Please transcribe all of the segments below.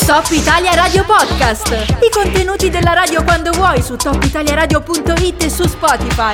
Top Italia Radio Podcast. I contenuti della radio quando vuoi su topitaliaradio.it e su Spotify.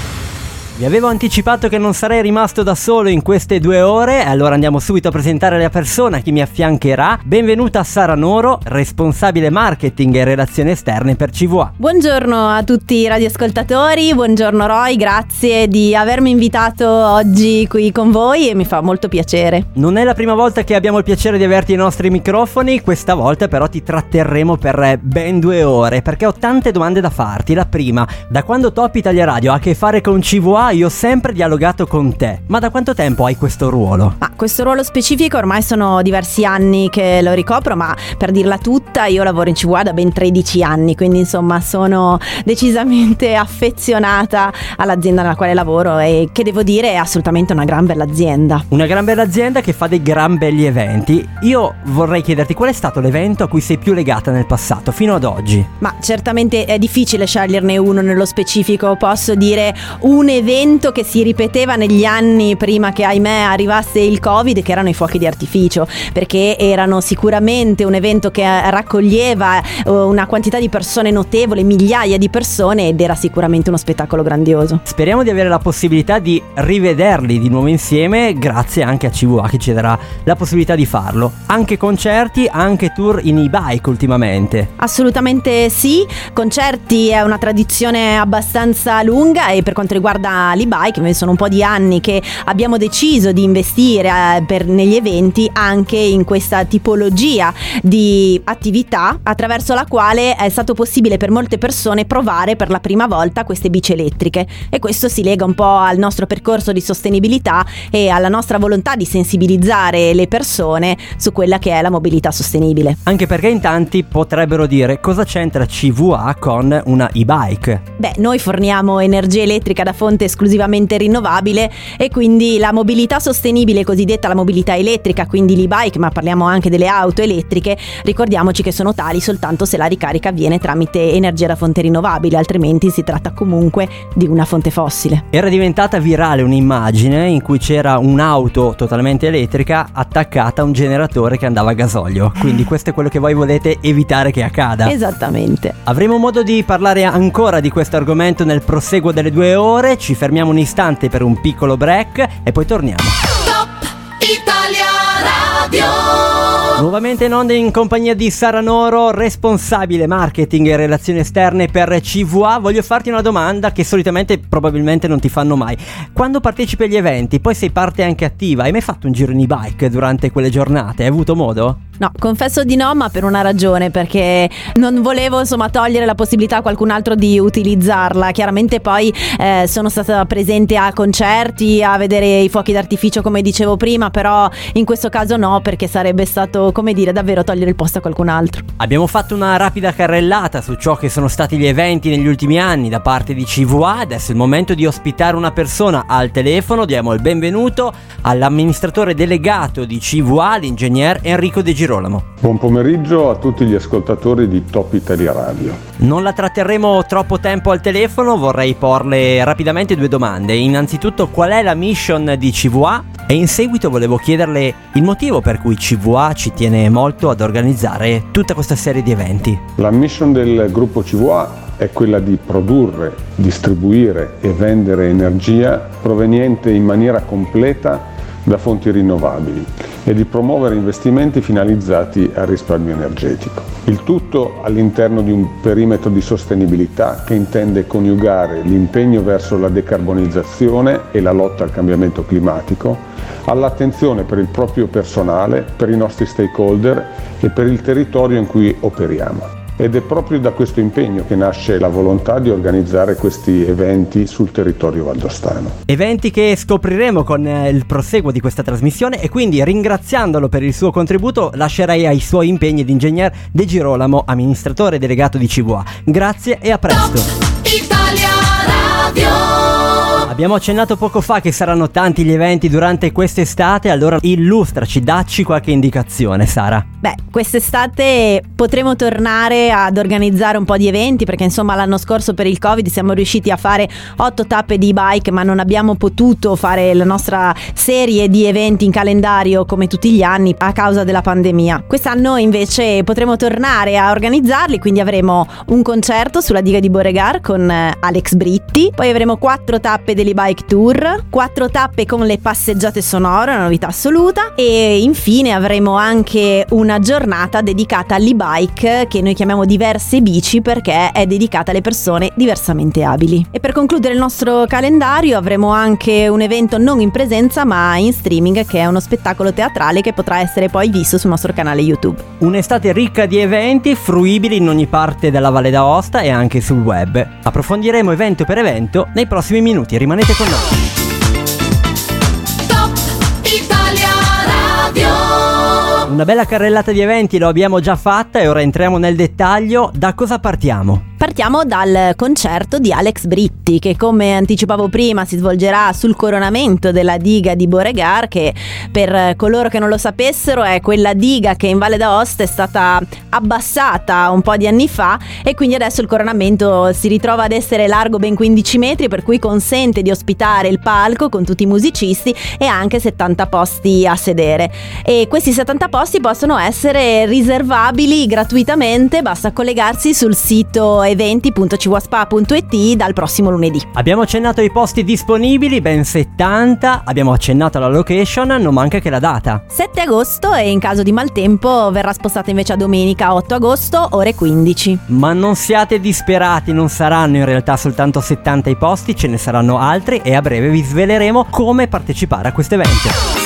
Vi avevo anticipato che non sarei rimasto da solo in queste 2 ore, allora andiamo subito a presentare la persona che mi affiancherà. Benvenuta Sara Noro, responsabile marketing e relazioni esterne per CVA. Buongiorno a tutti i radioascoltatori, buongiorno Roy, grazie di avermi invitato oggi qui con voi e mi fa molto piacere. Non è la prima volta che abbiamo il piacere di averti ai nostri microfoni, questa volta però ti tratterremo per ben 2 ore perché ho tante domande da farti. La prima, da quando Top Italia Radio ha a che fare con CVA io ho sempre dialogato con te, ma da quanto tempo hai questo ruolo? Ma questo ruolo specifico ormai sono diversi anni che lo ricopro, ma per dirla tutta io lavoro in CVA da ben 13 anni, quindi insomma sono decisamente affezionata all'azienda nella quale lavoro e che devo dire è assolutamente una gran bella azienda. Una gran bella azienda che fa dei gran belli eventi. Io vorrei chiederti qual è stato l'evento a cui sei più legata nel passato fino ad oggi? Ma certamente è difficile sceglierne uno nello specifico, posso dire un evento che si ripeteva negli anni prima che ahimè arrivasse il Covid, che erano i fuochi di artificio, perché erano sicuramente un evento che raccoglieva una quantità di persone notevole, migliaia di persone, ed era sicuramente uno spettacolo grandioso. Speriamo di avere la possibilità di rivederli di nuovo insieme, grazie anche a CVA che ci darà la possibilità di farlo. Anche concerti, anche tour in e-bike ultimamente. Assolutamente sì, concerti è una tradizione abbastanza lunga e per quanto riguarda l'e-bike sono un po' di anni che abbiamo deciso di investire negli eventi anche in questa tipologia di attività attraverso la quale è stato possibile per molte persone provare per la prima volta queste bici elettriche, e questo si lega un po' al nostro percorso di sostenibilità e alla nostra volontà di sensibilizzare le persone su quella che è la mobilità sostenibile. Anche perché in tanti potrebbero dire: cosa c'entra CVA con una e-bike? Beh, noi forniamo energia elettrica da fonte esclusivamente rinnovabile e quindi la mobilità sostenibile, cosiddetta la mobilità elettrica, quindi l'e-bike, ma parliamo anche delle auto elettriche, ricordiamoci che sono tali soltanto se la ricarica avviene tramite energia da fonte rinnovabile, altrimenti si tratta comunque di una fonte fossile. Era diventata virale un'immagine in cui c'era un'auto totalmente elettrica attaccata a un generatore che andava a gasolio, quindi questo è quello che voi volete evitare che accada. Esattamente. Avremo modo di parlare ancora di questo argomento nel proseguo delle 2 ore, ci fermiamo un istante per un piccolo break e poi torniamo. Top Italia Radio. Nuovamente in onda in compagnia di Sara Noro, responsabile marketing e relazioni esterne per CVA. Voglio farti una domanda che solitamente probabilmente non ti fanno mai. Quando partecipi agli eventi, poi sei parte anche attiva, hai mai fatto un giro in e-bike durante quelle giornate? Hai avuto modo? No, confesso di no, ma per una ragione, perché non volevo togliere la possibilità a qualcun altro di utilizzarla. Chiaramente poi sono stata presente a concerti, a vedere i fuochi d'artificio come dicevo prima, però in questo caso no, perché sarebbe stato, come dire, davvero togliere il posto a qualcun altro. Abbiamo fatto una rapida carrellata su ciò che sono stati gli eventi negli ultimi anni da parte di CVA. Adesso è il momento di ospitare una persona al telefono. Diamo il benvenuto all'amministratore delegato di CVA, l'ingegner Enrico De Girolamo. Buon pomeriggio a tutti gli ascoltatori di Top Italia Radio. Non la tratterremo troppo tempo al telefono, vorrei porle rapidamente 2 domande. Innanzitutto, qual è la mission di CVA? E in seguito volevo chiederle il motivo per cui CVA ci tiene molto ad organizzare tutta questa serie di eventi. La mission del gruppo CVA è quella di produrre, distribuire e vendere energia proveniente in maniera completa da fonti rinnovabili e di promuovere investimenti finalizzati al risparmio energetico. Il tutto all'interno di un perimetro di sostenibilità che intende coniugare l'impegno verso la decarbonizzazione e la lotta al cambiamento climatico all'attenzione per il proprio personale, per i nostri stakeholder e per il territorio in cui operiamo. Ed è proprio da questo impegno che nasce la volontà di organizzare questi eventi sul territorio valdostano. Eventi che scopriremo con il proseguo di questa trasmissione, e quindi ringraziandolo per il suo contributo lascerei ai suoi impegni l'ingegner De Girolamo, amministratore delegato di CVA. Grazie e a presto. Top Italia Radio. Abbiamo accennato poco fa che saranno tanti gli eventi durante quest'estate, allora illustraci, dacci qualche indicazione, Sara. Beh, quest'estate potremo tornare ad organizzare un po' di eventi, perché insomma l'anno scorso per il Covid siamo riusciti a fare 8 tappe di bike, ma non abbiamo potuto fare la nostra serie di eventi in calendario come tutti gli anni a causa della pandemia. Quest'anno invece potremo tornare a organizzarli, quindi avremo un concerto sulla diga di Beauregard con Alex Britti, poi avremo 4 tappe dell'e-bike tour, 4 tappe con le passeggiate sonore, una novità assoluta, e infine avremo anche una giornata dedicata all'e-bike che noi chiamiamo Diverse Bici, perché è dedicata alle persone diversamente abili. E per concludere il nostro calendario avremo anche un evento non in presenza ma in streaming, che è uno spettacolo teatrale che potrà essere poi visto sul nostro canale YouTube. Un'estate ricca di eventi fruibili in ogni parte della Valle d'Aosta e anche sul web. Approfondiremo evento per evento nei prossimi minuti, rimanete con noi. Top Italia Radio. Una bella carrellata di eventi lo abbiamo già fatta e ora entriamo nel dettaglio. Da cosa partiamo? Partiamo dal concerto di Alex Britti, che come anticipavo prima si svolgerà sul coronamento della diga di Beauregard, che per coloro che non lo sapessero è quella diga che in Valle d'Aosta è stata abbassata un po' di anni fa, e quindi adesso il coronamento si ritrova ad essere largo ben 15 metri, per cui consente di ospitare il palco con tutti i musicisti e anche 70 posti a sedere. E questi 70 posti possono essere riservabili gratuitamente, basta collegarsi sul sito eventi.civaspa.it dal prossimo lunedì. Abbiamo accennato ai posti disponibili, ben 70, abbiamo accennato alla location, non manca che la data. 7 agosto, e in caso di maltempo verrà spostata invece a domenica 8 agosto, ore 15. Ma non siate disperati, non saranno in realtà soltanto 70 i posti, ce ne saranno altri e a breve vi sveleremo come partecipare a questo evento.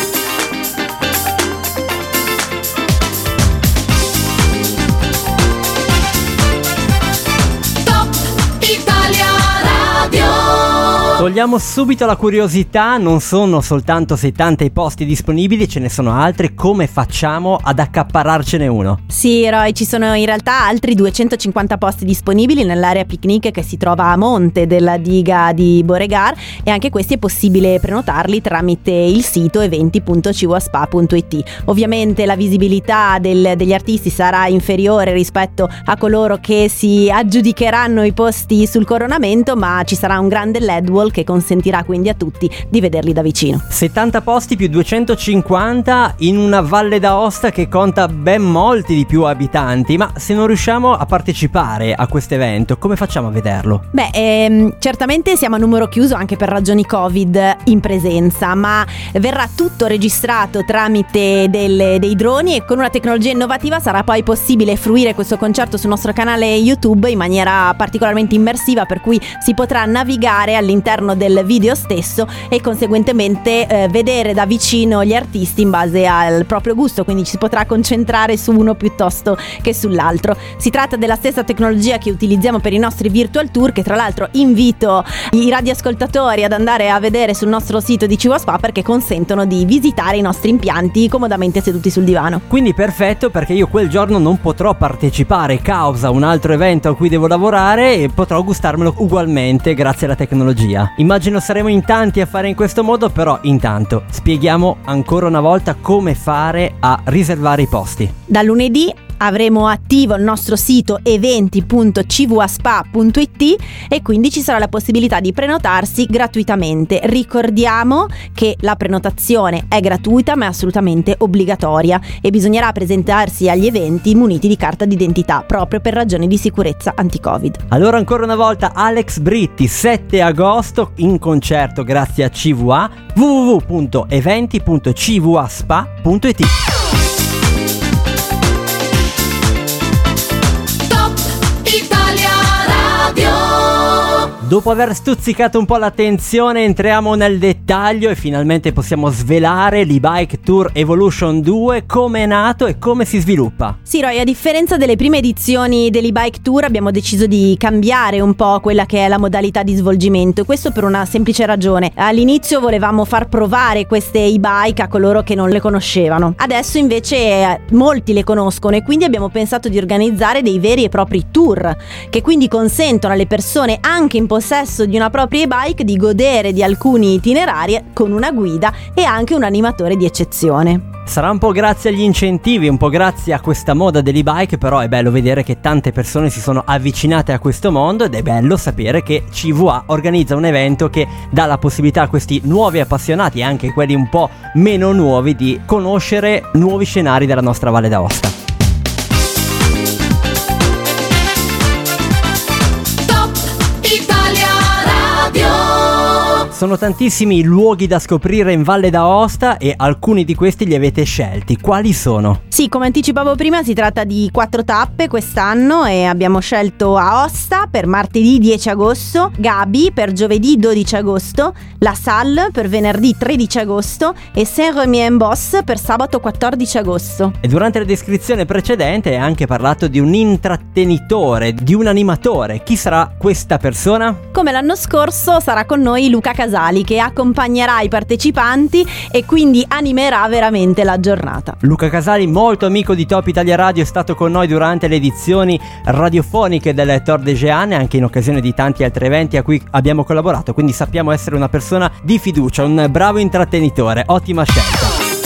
Togliamo subito la curiosità, non sono soltanto 70 i posti disponibili, ce ne sono altri. Come facciamo ad accaparrarcene uno? Sì, Roy, ci sono in realtà altri 250 posti disponibili nell'area picnic che si trova a monte della diga di Beauregard, e anche questi è possibile prenotarli tramite il sito eventi.civaspa.it. Ovviamente la visibilità degli artisti sarà inferiore rispetto a coloro che si aggiudicheranno i posti sul coronamento, ma ci sarà un grande LED wall che consentirà quindi a tutti di vederli da vicino. 70 posti più 250 in una Valle d'Aosta che conta ben molti di più abitanti, ma se non riusciamo a partecipare a questo evento, come facciamo a vederlo? Beh, certamente siamo a numero chiuso anche per ragioni Covid in presenza, ma verrà tutto registrato tramite dei droni, e con una tecnologia innovativa sarà poi possibile fruire questo concerto sul nostro canale YouTube in maniera particolarmente immersiva, per cui si potrà navigare all'interno del video stesso e conseguentemente vedere da vicino gli artisti in base al proprio gusto, quindi ci si potrà concentrare su uno piuttosto che sull'altro. Si tratta della stessa tecnologia che utilizziamo per i nostri virtual tour, che tra l'altro invito i radioascoltatori ad andare a vedere sul nostro sito di Civaspa, perché consentono di visitare i nostri impianti comodamente seduti sul divano. Quindi perfetto, perché io quel giorno non potrò partecipare causa un altro evento a cui devo lavorare, e potrò gustarmelo ugualmente grazie alla tecnologia. Immagino saremo in tanti a fare in questo modo, però intanto spieghiamo ancora una volta come fare a riservare i posti. Da lunedì avremo attivo il nostro sito eventi.civaspa.it, e quindi ci sarà la possibilità di prenotarsi gratuitamente. Ricordiamo che la prenotazione è gratuita ma è assolutamente obbligatoria, e bisognerà presentarsi agli eventi muniti di carta d'identità proprio per ragioni di sicurezza anti-Covid. Allora ancora una volta Alex Britti 7 agosto in concerto grazie a CVA, www.eventi.civaspa.it. Dopo aver stuzzicato un po' l'attenzione, entriamo nel dettaglio e finalmente possiamo svelare l'e-bike Tour Evolution 2, come è nato e come si sviluppa. Sì, Roy, a differenza delle prime edizioni dell'e-bike Tour abbiamo deciso di cambiare un po' quella che è la modalità di svolgimento, e questo per una semplice ragione. All'inizio volevamo far provare queste e-bike a coloro che non le conoscevano. Adesso invece molti le conoscono, e quindi abbiamo pensato di organizzare dei veri e propri tour che quindi consentono alle persone anche in possesso di una propria e-bike di godere di alcuni itinerari con una guida e anche un animatore di eccezione. Sarà un po' grazie agli incentivi, un po' grazie a questa moda dell'e-bike, però è bello vedere che tante persone si sono avvicinate a questo mondo ed è bello sapere che CVA organizza un evento che dà la possibilità a questi nuovi appassionati e anche quelli un po' meno nuovi di conoscere nuovi scenari della nostra Valle d'Aosta. Sono tantissimi i luoghi da scoprire in Valle d'Aosta e alcuni di questi li avete scelti. Quali sono? Sì, come anticipavo prima, si tratta di 4 tappe quest'anno e abbiamo scelto Aosta per martedì 10 agosto, Gabi per giovedì 12 agosto, La Salle per venerdì 13 agosto e Saint-Rémy-en-Bosse per sabato 14 agosto. E durante la descrizione precedente hai anche parlato di un intrattenitore, di un animatore. Chi sarà questa persona? Come l'anno scorso sarà con noi Luca Casali, che accompagnerà i partecipanti e quindi animerà veramente la giornata. Luca Casali, molto amico di Top Italia Radio, è stato con noi durante le edizioni radiofoniche del Tour de Jeanne, anche in occasione di tanti altri eventi a cui abbiamo collaborato, quindi sappiamo essere una persona di fiducia, un bravo intrattenitore. Ottima scelta.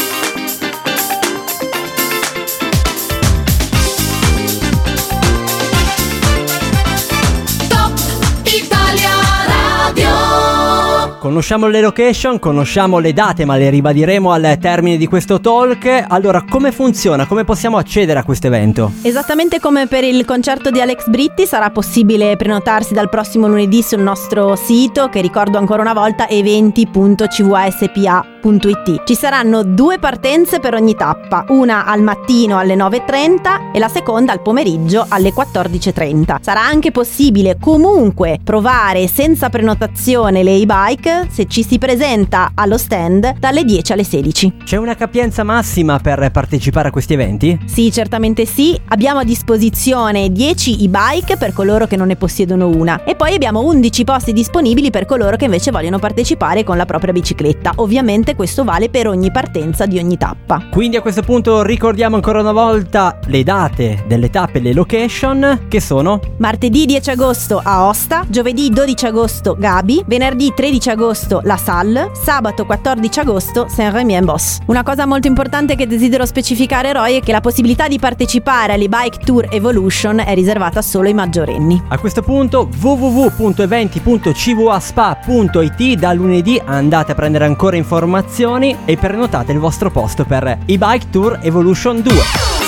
Conosciamo le location, conosciamo le date, ma le ribadiremo al termine di questo talk. Allora, come funziona? Come possiamo accedere a questo evento? Esattamente come per il concerto di Alex Britti, sarà possibile prenotarsi dal prossimo lunedì sul nostro sito, che ricordo ancora una volta, eventi.cvaspa.it. Ci saranno 2 partenze per ogni tappa, una al mattino alle 9:30 e la seconda al pomeriggio alle 14:30. Sarà anche possibile comunque provare senza prenotazione le e-bike se ci si presenta allo stand dalle 10 alle 16. C'è una capienza massima per partecipare a questi eventi? Sì, certamente sì. Abbiamo a disposizione 10 e-bike per coloro che non ne possiedono una e poi abbiamo 11 posti disponibili per coloro che invece vogliono partecipare con la propria bicicletta. Ovviamente questo vale per ogni partenza di ogni tappa. Quindi a questo punto ricordiamo ancora una volta le date delle tappe e le location, che sono: martedì 10 agosto Aosta, giovedì 12 agosto Gabi, venerdì 13 agosto La Salle, sabato 14 agosto Saint-Rémy-en-Bosse. Una cosa molto importante che desidero specificare, Roy, è che la possibilità di partecipare all'e-bike Tour Evolution è riservata solo ai maggiorenni. A questo punto www.eventi.cvaspa.it, da lunedì andate a prendere ancora informazioni e prenotate il vostro posto per e-bike Tour Evolution 2.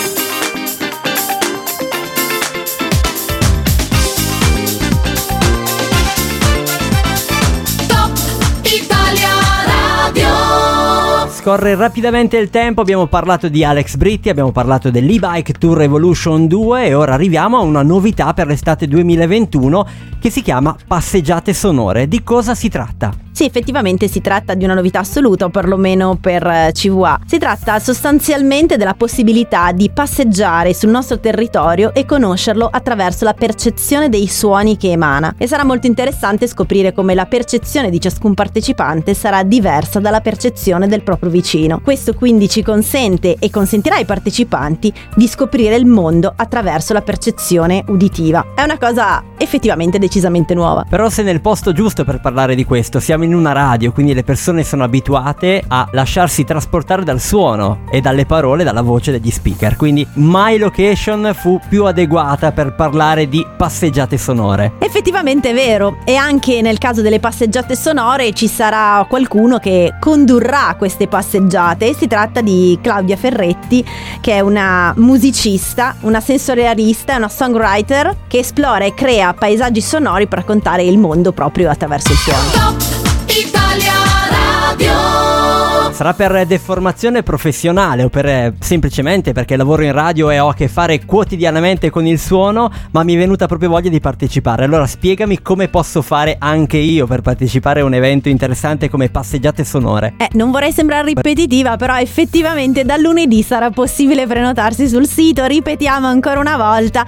Scorre rapidamente il tempo, abbiamo parlato di Alex Britti, abbiamo parlato dell'e-bike Tour Evolution 2 e ora arriviamo a una novità per l'estate 2021 che si chiama Passeggiate Sonore. Di cosa si tratta? Sì, effettivamente si tratta di una novità assoluta, o perlomeno per CVA. Si tratta sostanzialmente della possibilità di passeggiare sul nostro territorio e conoscerlo attraverso la percezione dei suoni che emana. E sarà molto interessante scoprire come la percezione di ciascun partecipante sarà diversa dalla percezione del proprio vicino. Questo quindi ci consente e consentirà ai partecipanti di scoprire il mondo attraverso la percezione uditiva. È una cosa effettivamente decisamente nuova. Però sei nel posto giusto per parlare di questo. Siamo in una radio, quindi le persone sono abituate a lasciarsi trasportare dal suono e dalle parole, dalla voce degli speaker, quindi mai location fu più adeguata per parlare di passeggiate sonore. Effettivamente è vero, e anche nel caso delle passeggiate sonore ci sarà qualcuno che condurrà queste passeggiate. Si tratta di Claudia Ferretti, che è una musicista, una sensorialista e una songwriter che esplora e crea paesaggi sonori per raccontare il mondo proprio attraverso il suono. Italia Radio. Sarà per deformazione professionale o per semplicemente perché lavoro in radio e ho a che fare quotidianamente con il suono, ma mi è venuta proprio voglia di partecipare. Allora spiegami come posso fare anche io per partecipare a un evento interessante come passeggiate sonore. Non vorrei sembrare ripetitiva, però effettivamente da lunedì sarà possibile prenotarsi sul sito, ripetiamo ancora una volta,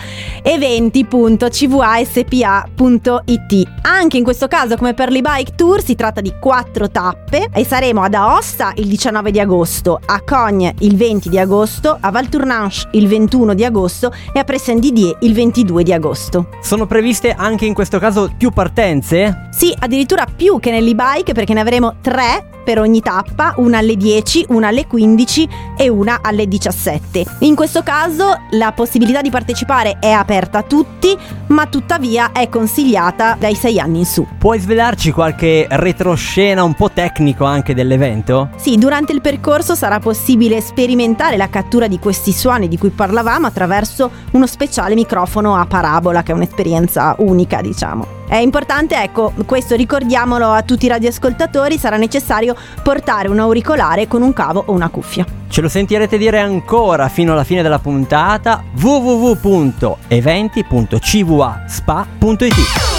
eventi.cvaspa.it. Anche in questo caso, come per l'e-bike tour, si tratta di 4 tappe e saremo ad Aosta il 19 di agosto, a Cogne il 20 di agosto, a Valtournanche il 21 di agosto e a Presles-en-Didier il 22 di agosto. Sono previste anche in questo caso più partenze? Sì, addirittura più che nell'e-bike, perché ne avremo 3 per ogni tappa, una alle 10, una alle 15 e una alle 17. In questo caso la possibilità di partecipare è aperta a tutti, ma tuttavia è consigliata dai 6 anni in su. Puoi svelarci qualche retroscena un po' tecnico anche dell'evento? Sì, durante il percorso sarà possibile sperimentare la cattura di questi suoni di cui parlavamo attraverso uno speciale microfono a parabola, che è un'esperienza unica, diciamo. È importante, ecco, questo ricordiamolo a tutti i radioascoltatori, sarà necessario portare un auricolare con un cavo o una cuffia. Ce lo sentirete dire ancora fino alla fine della puntata. www.eventi.cvaspa.it.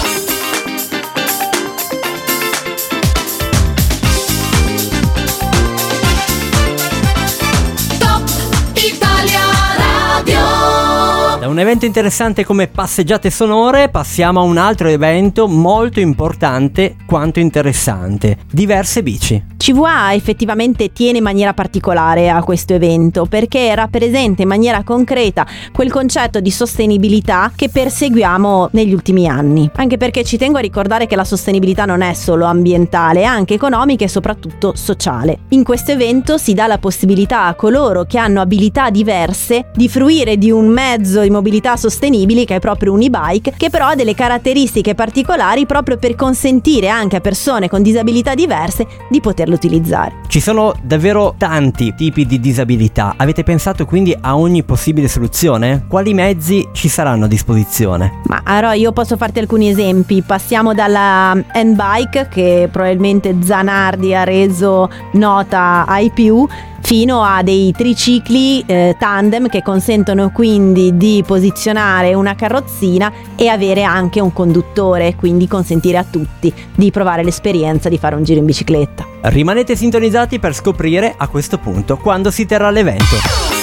Da un evento interessante come Passeggiate Sonore passiamo a un altro evento molto importante quanto interessante: Diverse Bici. CVA effettivamente tiene in maniera particolare a questo evento perché rappresenta in maniera concreta quel concetto di sostenibilità che perseguiamo negli ultimi anni. Anche perché ci tengo a ricordare che la sostenibilità non è solo ambientale, è anche economica e soprattutto sociale. In questo evento si dà la possibilità a coloro che hanno abilità diverse di fruire di un mezzo di mobilità sostenibile che è proprio un e-bike, che però ha delle caratteristiche particolari proprio per consentire anche a persone con disabilità diverse di poterlo utilizzare. Ci sono davvero tanti tipi di disabilità. Avete pensato quindi a ogni possibile soluzione? Quali mezzi ci saranno a disposizione? Ma allora io posso farti alcuni esempi. Passiamo dalla handbike, che probabilmente Zanardi ha reso nota ai più, fino a dei tricicli tandem che consentono quindi di posizionare una carrozzina e avere anche un conduttore, quindi consentire a tutti di provare l'esperienza di fare un giro in bicicletta. Rimanete sintonizzati per scoprire a questo punto quando si terrà l'evento.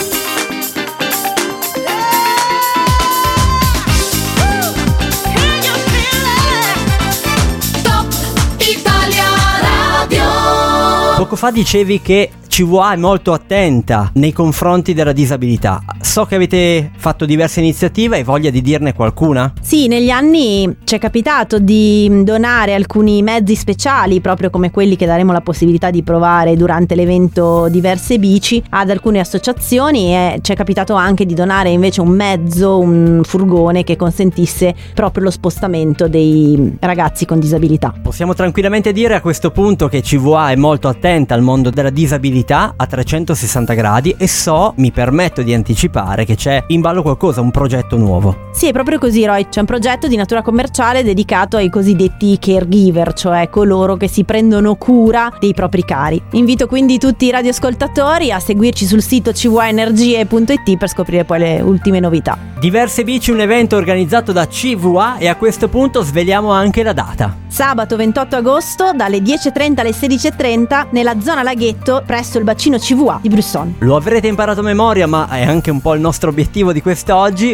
Poco fa dicevi che CVA è molto attenta nei confronti della disabilità. So che avete fatto diverse iniziative, hai voglia di dirne qualcuna? Sì, negli anni ci è capitato di donare alcuni mezzi speciali, proprio come quelli che daremo la possibilità di provare durante l'evento Diverse Bici, ad alcune associazioni, e ci è capitato anche di donare invece un mezzo, un furgone che consentisse proprio lo spostamento dei ragazzi con disabilità. Possiamo tranquillamente dire a questo punto che CVA è molto attenta al mondo della disabilità a 360 gradi e mi permetto di anticipare che c'è in ballo qualcosa, un progetto nuovo. Sì, è proprio così, Roy. C'è un progetto di natura commerciale dedicato ai cosiddetti caregiver, cioè coloro che si prendono cura dei propri cari. Invito quindi tutti i radioascoltatori a seguirci sul sito cvaenergie.it per scoprire poi le ultime novità. Diverse Bici, un evento organizzato da CVA, e a questo punto sveliamo anche la data. Sabato 28 agosto dalle 10.30 alle 16.30 nella zona laghetto presso il bacino CVA di Brusson. Lo avrete imparato a memoria, ma è anche un po' il nostro obiettivo di quest'oggi: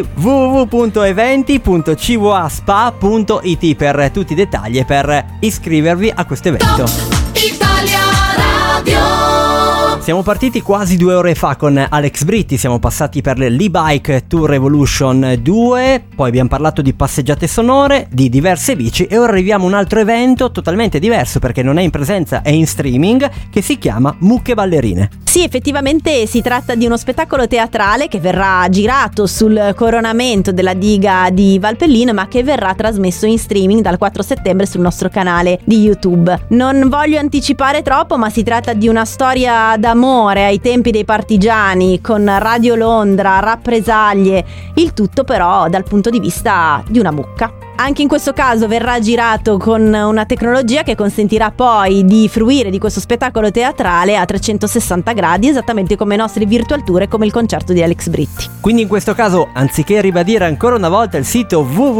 www.eventi.cvaspa.it per tutti i dettagli e per iscrivervi a questo evento. Top Italia Radio. Siamo partiti quasi 2 ore fa con Alex Britti, siamo passati per l'e-bike Tour Revolution 2, poi abbiamo parlato di passeggiate sonore, di Diverse Bici, e ora arriviamo a un altro evento totalmente diverso perché non è in presenza, è in streaming, che si chiama Mucche Ballerine. Sì, effettivamente si tratta di uno spettacolo teatrale che verrà girato sul coronamento della diga di Valpellino, ma che verrà trasmesso in streaming dal 4 settembre sul nostro canale di YouTube. Non voglio anticipare troppo, ma si tratta di una storia d'amore ai tempi dei partigiani, con Radio Londra, rappresaglie, il tutto però dal punto di vista di una mucca. Anche in questo caso verrà girato con una tecnologia che consentirà poi di fruire di questo spettacolo teatrale a 360 gradi, esattamente come i nostri virtual tour e come il concerto di Alex Britti. Quindi in questo caso, anziché ribadire ancora una volta il sito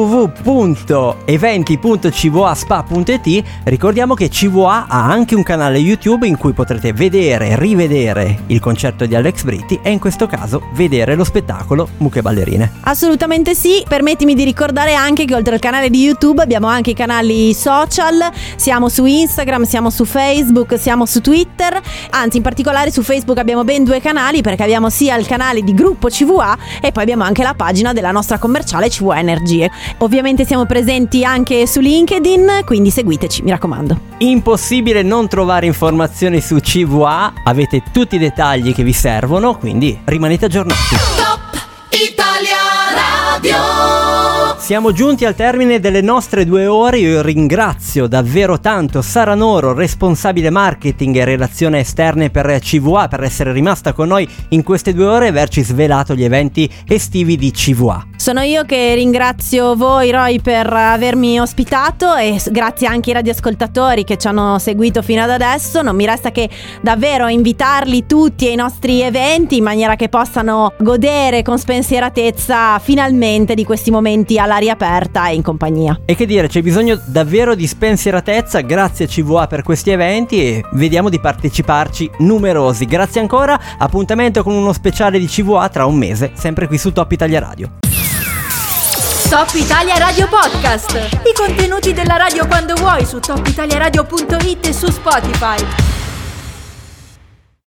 www.eventi.cvaspa.it, ricordiamo che CVA ha anche un canale YouTube in cui potrete vedere e rivedere il concerto di Alex Britti e in questo caso vedere lo spettacolo Mucche Ballerine. Assolutamente sì. Permettimi di ricordare anche che oltre al canale di YouTube, abbiamo anche i canali social, siamo su Instagram, siamo su Facebook, siamo su Twitter, anzi in particolare su Facebook abbiamo ben 2 canali, perché abbiamo sia il canale di Gruppo CVA e poi abbiamo anche la pagina della nostra commerciale CVA Energie. Ovviamente siamo presenti anche su LinkedIn, quindi seguiteci, mi raccomando. Impossibile non trovare informazioni su CVA, avete tutti i dettagli che vi servono, quindi rimanete aggiornati. Top Italia Radio. Siamo giunti al termine delle nostre 2 ore. Io ringrazio davvero tanto Sara Noro, responsabile marketing e relazioni esterne per CVA, per essere rimasta con noi in queste 2 ore e averci svelato gli eventi estivi di CVA. Sono io che ringrazio voi, Roy, per avermi ospitato, e grazie anche ai radioascoltatori che ci hanno seguito fino ad adesso. Non mi resta che davvero invitarli tutti ai nostri eventi, in maniera che possano godere con spensieratezza finalmente di questi momenti all'aria aperta e in compagnia. E che dire, c'è bisogno davvero di spensieratezza. Grazie CVA per questi eventi e vediamo di parteciparci numerosi. Grazie ancora, appuntamento con uno speciale di CVA tra un mese, sempre qui su Top Italia Radio. Top Italia Radio Podcast. I contenuti della radio quando vuoi su topitaliaradio.it e su Spotify.